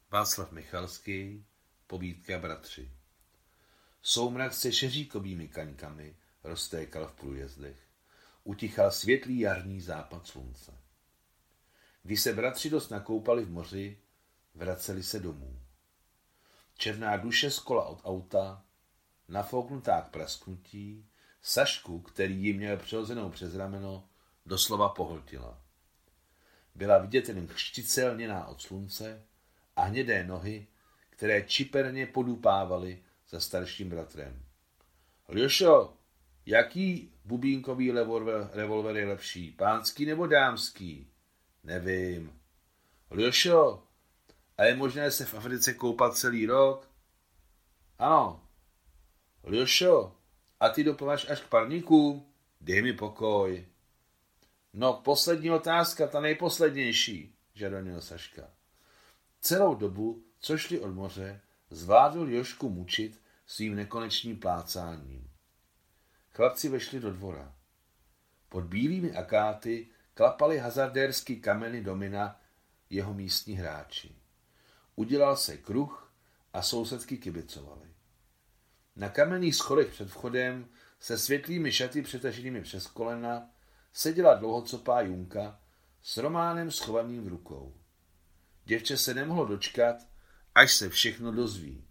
Václav Michalský, povídka Bratři. Soumrak se šeříkovými kaňkami roztékal v průjezdech. Utichal světlý jarní západ slunce. Když se bratři dost nakoupali v moři, vraceli se domů. Černá duše z kola od auta, nafouknutá k prasknutí, Sašku, který ji měl přihozenou přes rameno, doslova pohltila. Byla vidět jen křtice lněná od slunce a hnědé nohy, které čiperně podupávaly za starším bratrem. Ljošo, jaký bubínkový revolver je lepší, pánský nebo dámský? Nevím. Ljošo, a je možné se v Africe koupat celý rok? Ano. Ljošo, a ty doplavaš až k parníkům? Dej mi pokoj. No, poslední otázka, ta nejposlednější, žadonil Saška. Celou dobu, co šli od moře, zvládl Jošku mučit svým nekonečným plácáním. Chlapci vešli do dvora. Pod bílými akáty klapali hazardérský kameny domina jeho místní hráči. Udělal se kruh a sousedky kibicovali. Na kamenných schodech před vchodem se světlými šaty přetaženými přes kolena seděla dlouhocopá Junka s románem schovaným v rukou. Děvče se nemohlo dočkat, až se všechno dozví.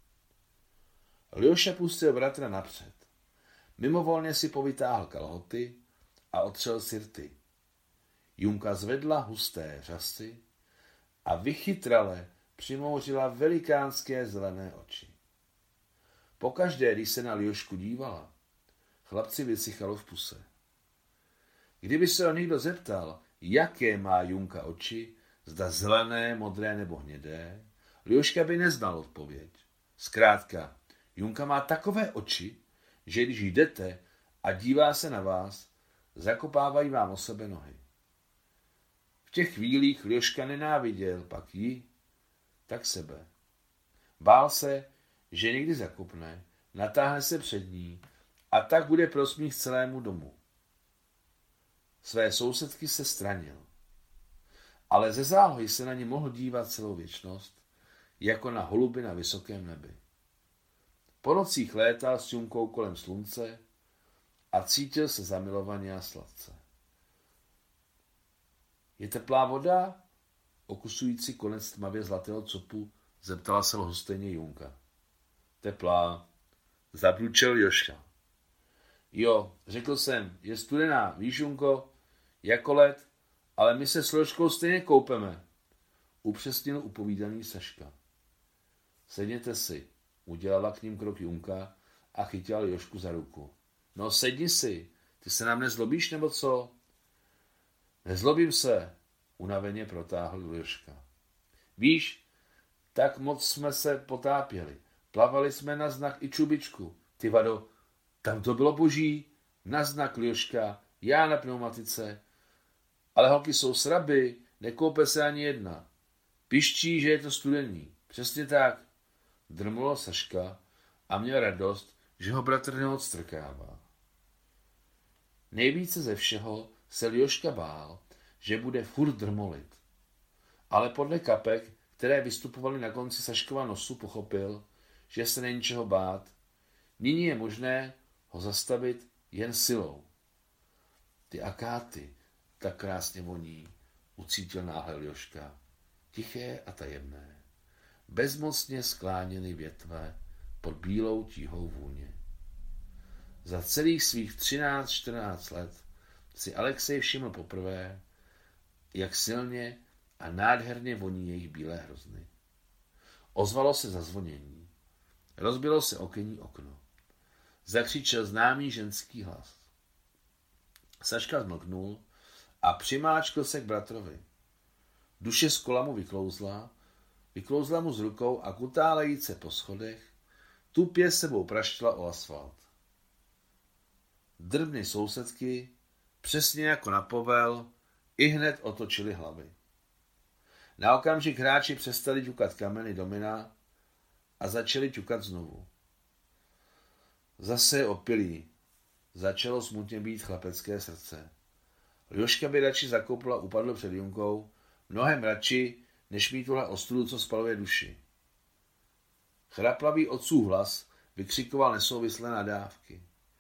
Ljoša pustil bratra napřed. Mimovolně si povytáhl kalhoty a otřel si rty. Junka zvedla husté řasy a vychytrale přimouřila velikánské zelené oči. Pokaždé, když se na Ljošku dívala, chlapci vysychalo v puse. Kdyby se ho někdo zeptal, jaké má Junka oči, zda zelené, modré nebo hnědé, Ljoška by neznal odpověď. Zkrátka, Junka má takové oči, že když jdete a dívá se na vás, zakopávají vám o sebe nohy. V těch chvílích Ljoška nenáviděl pak ji, tak sebe. Bál se, že někdy zakopne, natáhne se před ní a tak bude prosmích celému domu. Své sousedky se stranil. Ale ze zálohy se na ně mohl dívat celou věčnost, jako na holuby na vysokém nebi. Po nocích létal s Junkou kolem slunce a cítil se zamilovaně a sladce. Je teplá voda? Okusující konec tmavě zlatého copu zeptala se lhostejně Junka. Teplá, zabručel Joška. Jo, řekl jsem, je studená, víš, Junko, jako led, ale my se s Ljoškou stejně koupeme, upřesnil upovídaný Saška. Sedněte si, udělala k ním krok Junka a chytila Jošku za ruku. No sedni si, ty se nám nezlobíš nebo co? Nezlobím se, unaveně protáhl Ljoška. Víš, tak moc jsme se potápěli, plavali jsme na znak i čubičku. Ty vado, tam to bylo boží, na znak Ljoška, já na pneumatice. Ale holky jsou sraby, nekoupe se ani jedna. Piščí, že je to studený. Přesně tak. Drmolo Saška a měl radost, že ho bratr neodstrkává. Nejvíce ze všeho se Ljoška bál, že bude furt drmolit. Ale podle kapek, které vystupovaly na konci Saškova nosu, pochopil, že se není čeho bát. Nyní je možné ho zastavit jen silou. Ty akáty tak krásně voní, ucítil náhle Ljoška. Tiché a tajemné. Bezmocně skláněny větve pod bílou tíhou vůně. Za celých svých 13-14 let si Alexej všiml poprvé, jak silně a nádherně voní jejich bílé hrozny. Ozvalo se zazvonění. Rozbilo se okenní okno. Zakřičel známý ženský hlas. Saška zmlknul a přimáčkl se k bratrovi. Duše z kola mu vyklouzla mu z rukou a kutálejíce po schodech tupě sebou praštila o asfalt. Drbny sousedky, přesně jako na povel, ihned otočili hlavy. Na okamžik hráči přestali ťukat kameny domina a začali ťukat znovu. Zase je opilý, začalo smutně být chlapecké srdce. Ljoška by radši zakopl a upadl před Junkou, mnohem radši, než mít tuhle ostudu, co spaluje duši. Chraplavý otcův hlas vykřikoval nesouvislé nadávky.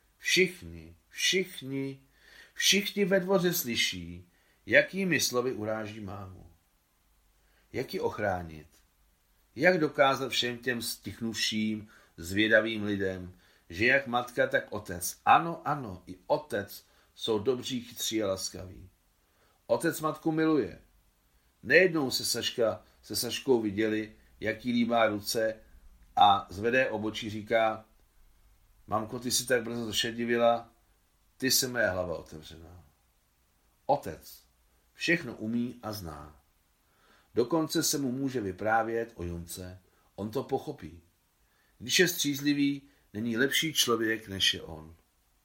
Všichni ve dvoře slyší, jakými slovy uráží mámu. Jak ji ochránit? Jak dokázat všem těm stichnuvším, zvědavým lidem, že jak matka, tak otec, ano, i otec jsou dobří, chytří a laskaví. Otec matku miluje. Nejednou se Saškou viděli, jak jí líbá ruce a zvedé obočí říká: Mamko, ty si tak brzo zašedivila, ty se moje hlava otevřená. Otec všechno umí a zná. Dokonce se mu může vyprávět o Junce, on to pochopí. Když je střízlivý, není lepší člověk, než je on.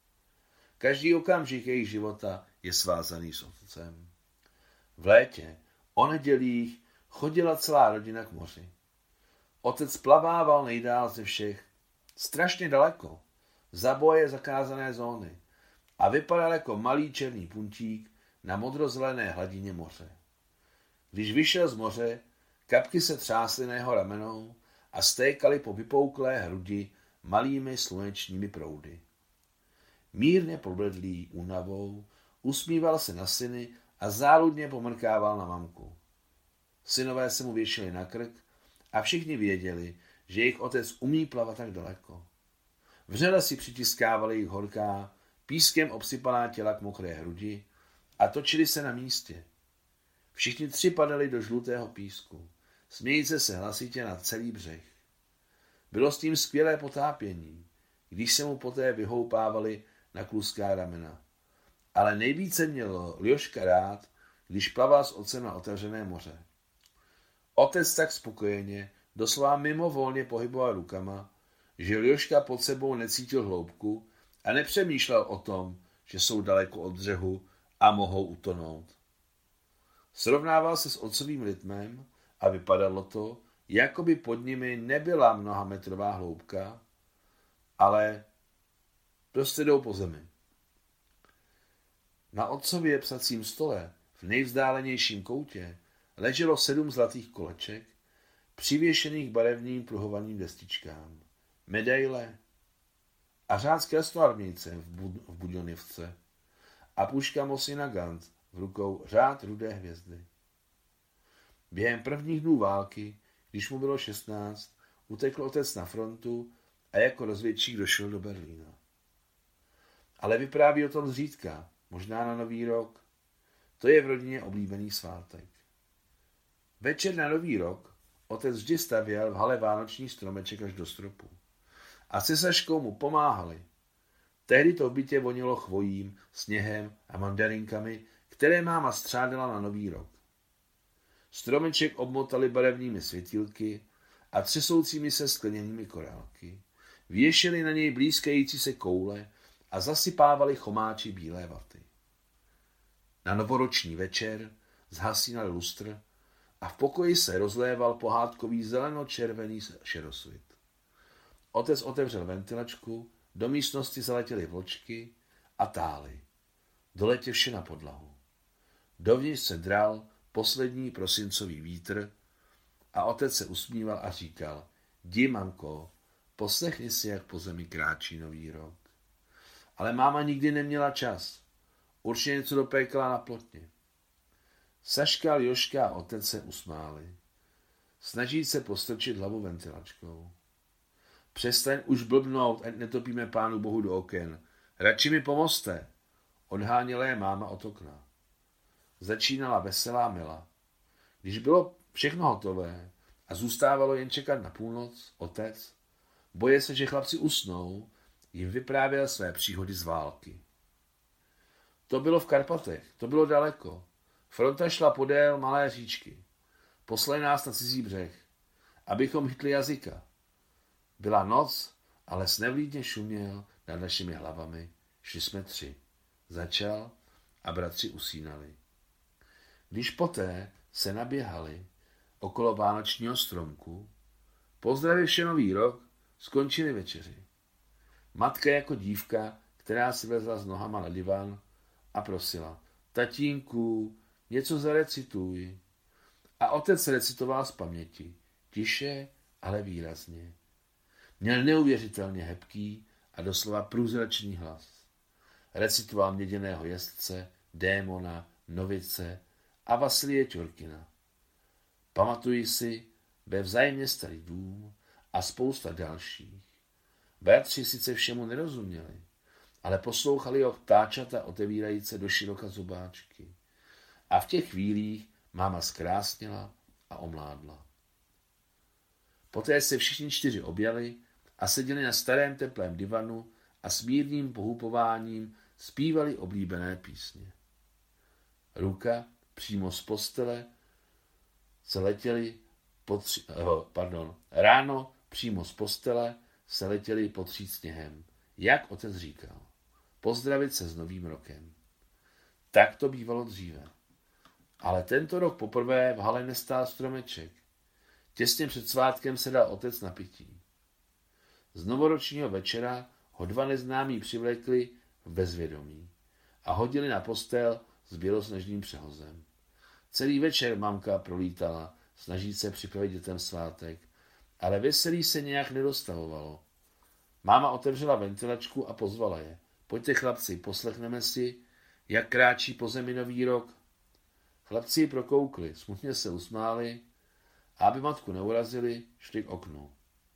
Každý okamžik jejich života je svázaný s otcem. V létě, o nedělích, chodila celá rodina k moři. Otec plavával nejdál ze všech, strašně daleko, za boje zakázané zóny a vypadal jako malý černý puntík na modrozelené hladině moře. Když vyšel z moře, kapky se třásly na jeho ramenou a stékaly po vypouklé hrudi malými slunečními proudy. Mírně pobledlý únavou, usmíval se na syny a záludně pomrkával na mamku. Synové se mu věšeli na krk a všichni věděli, že jejich otec umí plavat tak daleko. Vřele si přitiskávali jejich horká, pískem obsypaná těla k mokré hrudi a točili se na místě. Všichni tři padali do žlutého písku, smějíce se hlasitě na celý břeh. Bylo s tím skvělé potápění, když se mu poté vyhoupávali na kluská ramena. Ale nejvíce měl Ljoška rád, když plaval s otcem na otevřené moře. Otec tak spokojeně, doslova mimovolně pohyboval rukama, že Ljoška pod sebou necítil hloubku a nepřemýšlel o tom, že jsou daleko od břehu a mohou utonout. Srovnával se s otcovým rytmem a vypadalo to, jako by pod nimi nebyla mnohametrová hloubka, ale prostě jdou po zemi. Na otcově psacím stole v nejvzdálenějším koutě leželo 7 zlatých koleček, přivěšených barevným pruhovaným destičkám, medaile a řád zkresloarmějce v budionivce a puška Mosina Gant v rukou řád rudé hvězdy. Během prvních dnů války, když mu bylo 16, utekl otec na frontu a jako rozvědčík došel do Berlína. Ale vypráví o tom zřídka, možná na Nový rok. To je v rodině oblíbený svátek. Večer na Nový rok otec vždy stavěl v hale vánoční stromeček až do stropu. A se Saškou mu pomáhali. Tehdy to v bytě vonilo chvojím, sněhem a mandarinkami, které máma střádala na Nový rok. Stromeček obmotali barevnými světýlky a třesoucími se skleněnými korálky. Věšeli na něj blízkající se koule a zasypávali chomáči bílé vaty. Na novoroční večer zhasínal lustr a v pokoji se rozléval pohádkový zeleno-červený šerosvit. Otec otevřel ventilačku, do místnosti zaletěly vločky a tály. Doletě vše na podlahu. Dovnitř se dral poslední prosincový vítr a otec se usmíval a říkal: Jdi, mamko, poslechni si, jak po zemi kráčí Nový rok. Ale máma nikdy neměla čas. Určitě něco dopékala na plotně. Saška, Ljoška a otec se usmáli. Snaží se postrčit hlavu ventilačkou. Přestaň už blbnout, ať netopíme Pánu Bohu do oken. Radši mi pomozte. Odháněla je máma od okna. Začínala veselá mela. Když bylo všechno hotové a zůstávalo jen čekat na půlnoc, otec, boje se, že chlapci usnou, jim vyprávěl své příhody z války. To bylo v Karpatech, to bylo daleko. Fronta šla podél malé říčky. Poslali nás na cizí břeh, abychom chytli jazyka. Byla noc, ale nevlídně šuměl nad našimi hlavami. Šli jsme 3. Začal a bratři usínali. Když poté se naběhali okolo vánočního stromku, pozdravivši Nový rok, skončili večeři. Matka jako dívka, která si vezla s nohama na divan a prosila: Tatínku, něco zarecituj. A otec recitoval z paměti, tiše, ale výrazně. Měl neuvěřitelně hebký a doslova průzračný hlas. Recitoval měděného jezdce, démona, novice a Vasilije Čurkina. Pamatuji si, ve vzájemně starý dům a spousta dalších. Bratři sice všemu nerozuměli, ale poslouchali ho ptáčata otevírajíce do široka zubáčky. A v těch chvílích máma zkrásněla a omládla. Poté se všichni 4 objali a seděli na starém teplém divanu a s mírným pohupováním zpívali oblíbené písně. Ráno přímo z postele se letěli potřít sněhem, jak otec říkal. Pozdravit se s novým rokem. Tak to bývalo dříve. Ale tento rok poprvé v hale nestál stromeček. Těsně před svátkem se dal otec na pití. Z novoročního večera ho 2 neznámí přivlekli v bezvědomí a hodili na postel s bělosněžným přehozem. Celý večer mamka prolítala, snaží se připravit dětem svátek, ale veselí se nějak nedostavovalo. Máma otevřela ventilačku a pozvala je. Pojďte chlapci, poslechneme si, jak kráčí po zemi nový rok. Chlapci ji prokoukli, smutně se usmáli a aby matku neurazili, šli k oknu.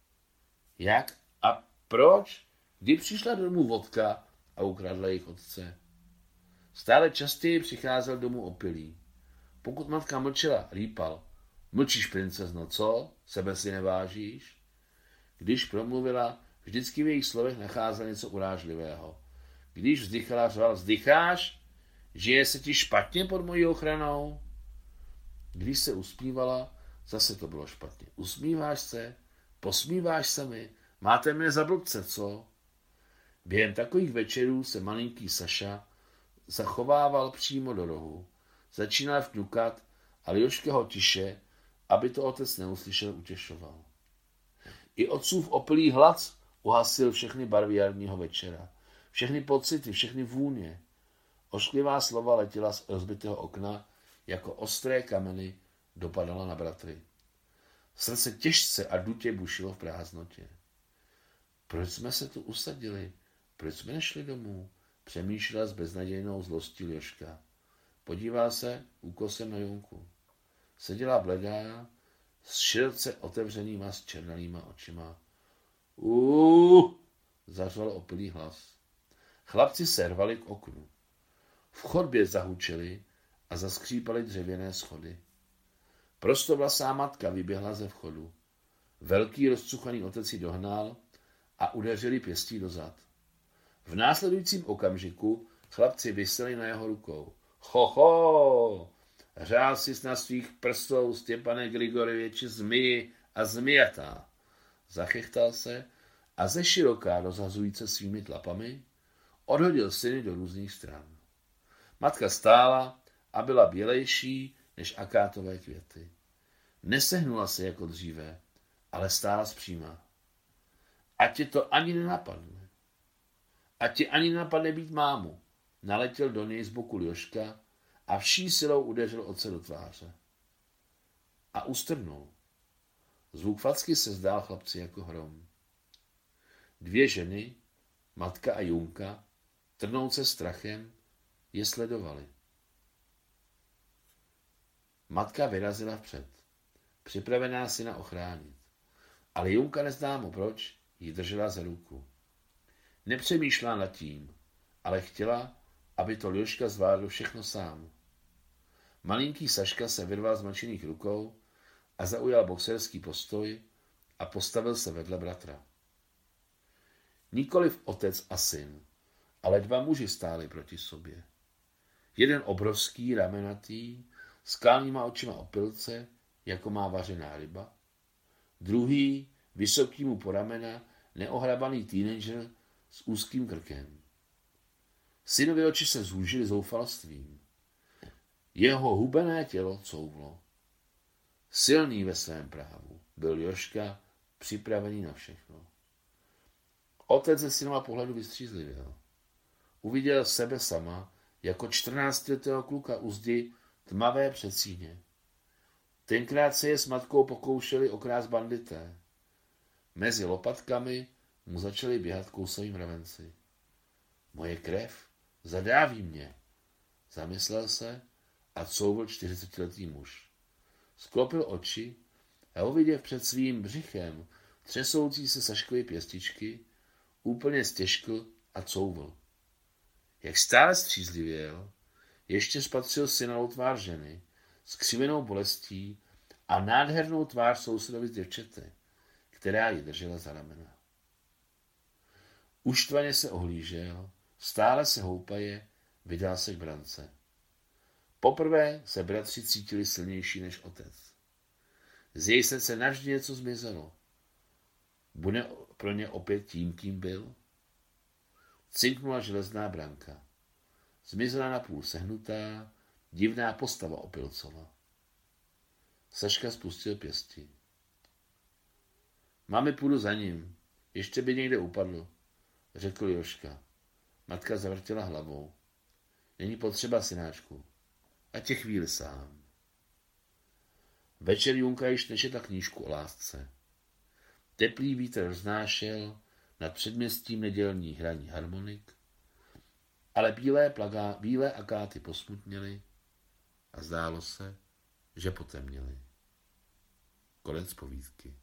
Jak a proč? Kdy přišla domů vodka a ukradla jejich otce? Stále častěji přicházel domů opilý. Pokud matka mlčela, rýpal. Mlčíš, princezno, co? Sebe si nevážíš? Když promluvila, vždycky v jejich slovech nacházel něco urážlivého. Když vzdychala, řval, vzdycháš? Žije se ti špatně pod mojí ochranou? Když se usmívala, zase to bylo špatně. Usmíváš se? Posmíváš se mi? Máte mě za blbce, co? Během takových večerů se malinký Saša zachovával přímo do rohu. Začínal vňukat a Ljoška ho tiše, aby to otec neuslyšel, utěšoval. I otcův opilý hlad uhasil všechny barvy jarního večera. Všechny pocity, všechny vůně. Ošklivá slova letěla z rozbitého okna, jako ostré kameny dopadala na bratry. Srdce těžce a dutě bušilo v prázdnotě. Proč jsme se tu usadili? Proč jsme nešli domů? Přemýšlela s beznadějnou zlostí Ljoška. Podíval se úkosem na Junku. Seděla bledá, s široce otevřenýma s černalýma očima. Zařval opilý hlas. Chlapci se rvali k oknu. V chodbě zahučeli a zaskřípali dřevěné schody. Prostovlasá matka vyběhla ze vchodu. Velký rozcuchaný otec ji dohnal a udeřili pěstí do zad. V následujícím okamžiku chlapci viseli na jeho rukou. Ho! Řál si na svých prstou, Stěpane Grigorjeviči, zmiji a zmijatá. Zachechtal se a ze široká rozhazujíce svými tlapami odhodil syny do různých stran. Matka stála a byla bělejší než akátové květy. Nesehnula se jako dříve, ale stála zpříma. Ať tě to ani nenapadne. Ať tě ani nenapadne být mámu. Naletěl do něj z boku Ljoška a vší silou udeřil otce do tváře. A ustrnul. Zvuk facky se zdál chlapci jako hrom. 2 ženy, matka a Junka, trnouce strachem, je sledovali. Matka vyrazila vpřed, připravená syna ochránit. Ale Junka, neznámo proč, ji držela za ruku. Nepřemýšlela nad tím, ale chtěla, aby to Ljoška zvládl všechno sám. Malinký Saška se vyrval z mlčených rukou a zaujal boxerský postoj a postavil se vedle bratra. Nikoliv otec a syn, ale 2 muži stáli proti sobě. Jeden obrovský, ramenatý, skalnýma očima opilce, jako má vařená ryba. Druhý, vysoký mu po ramena, neohrabaný teenager s úzkým krkem. Synovy oči se zúžily zoufalstvím. Jeho hubené tělo couvlo. Silný ve svém právu byl Ljoška, připravený na všechno. Otec ze synova pohledu vystřízlivěl. Uviděl sebe sama jako 14letého kluka u zdi tmavé předsíně. Tenkrát se je s matkou pokoušeli okrást bandité. Mezi lopatkami mu začali běhat kousoví mravenci. Moje krev zadáví mě, zamyslel se a couvl 40letý muž. Sklopil oči a uviděl před svým břichem třesoucí se Saškovy pěstičky, úplně stěžkl a couvl. Jak stále střízlivěl, ještě spatřil synalou tvář ženy, s křivenou bolestí a nádhernou tvář sousedovi z děvčete, která ji držela za ramena. Uštvaně se ohlížel, stále se houpaje, vydal se k brance. Poprvé se bratři cítili silnější než otec. Z její srdce navždy něco zmizelo. Bude pro ně opět tím, kým byl? Cinknula železná branka. Zmizela napůl sehnutá, divná postava Opilcova. Saška spustil pěsti. Mami, půjdu za ním. Ještě by někde upadl, řekl Joška. Matka zavrtěla hlavou. Není potřeba, synáčku. Ať je chvíli sám. Večer Junka již nečetla knížku o lásce. Teplý vítr roznášel nad předměstím nedělní hraní harmonik, ale bílé akáty posmutněly a zdálo se, že potemněly. Konec povídky.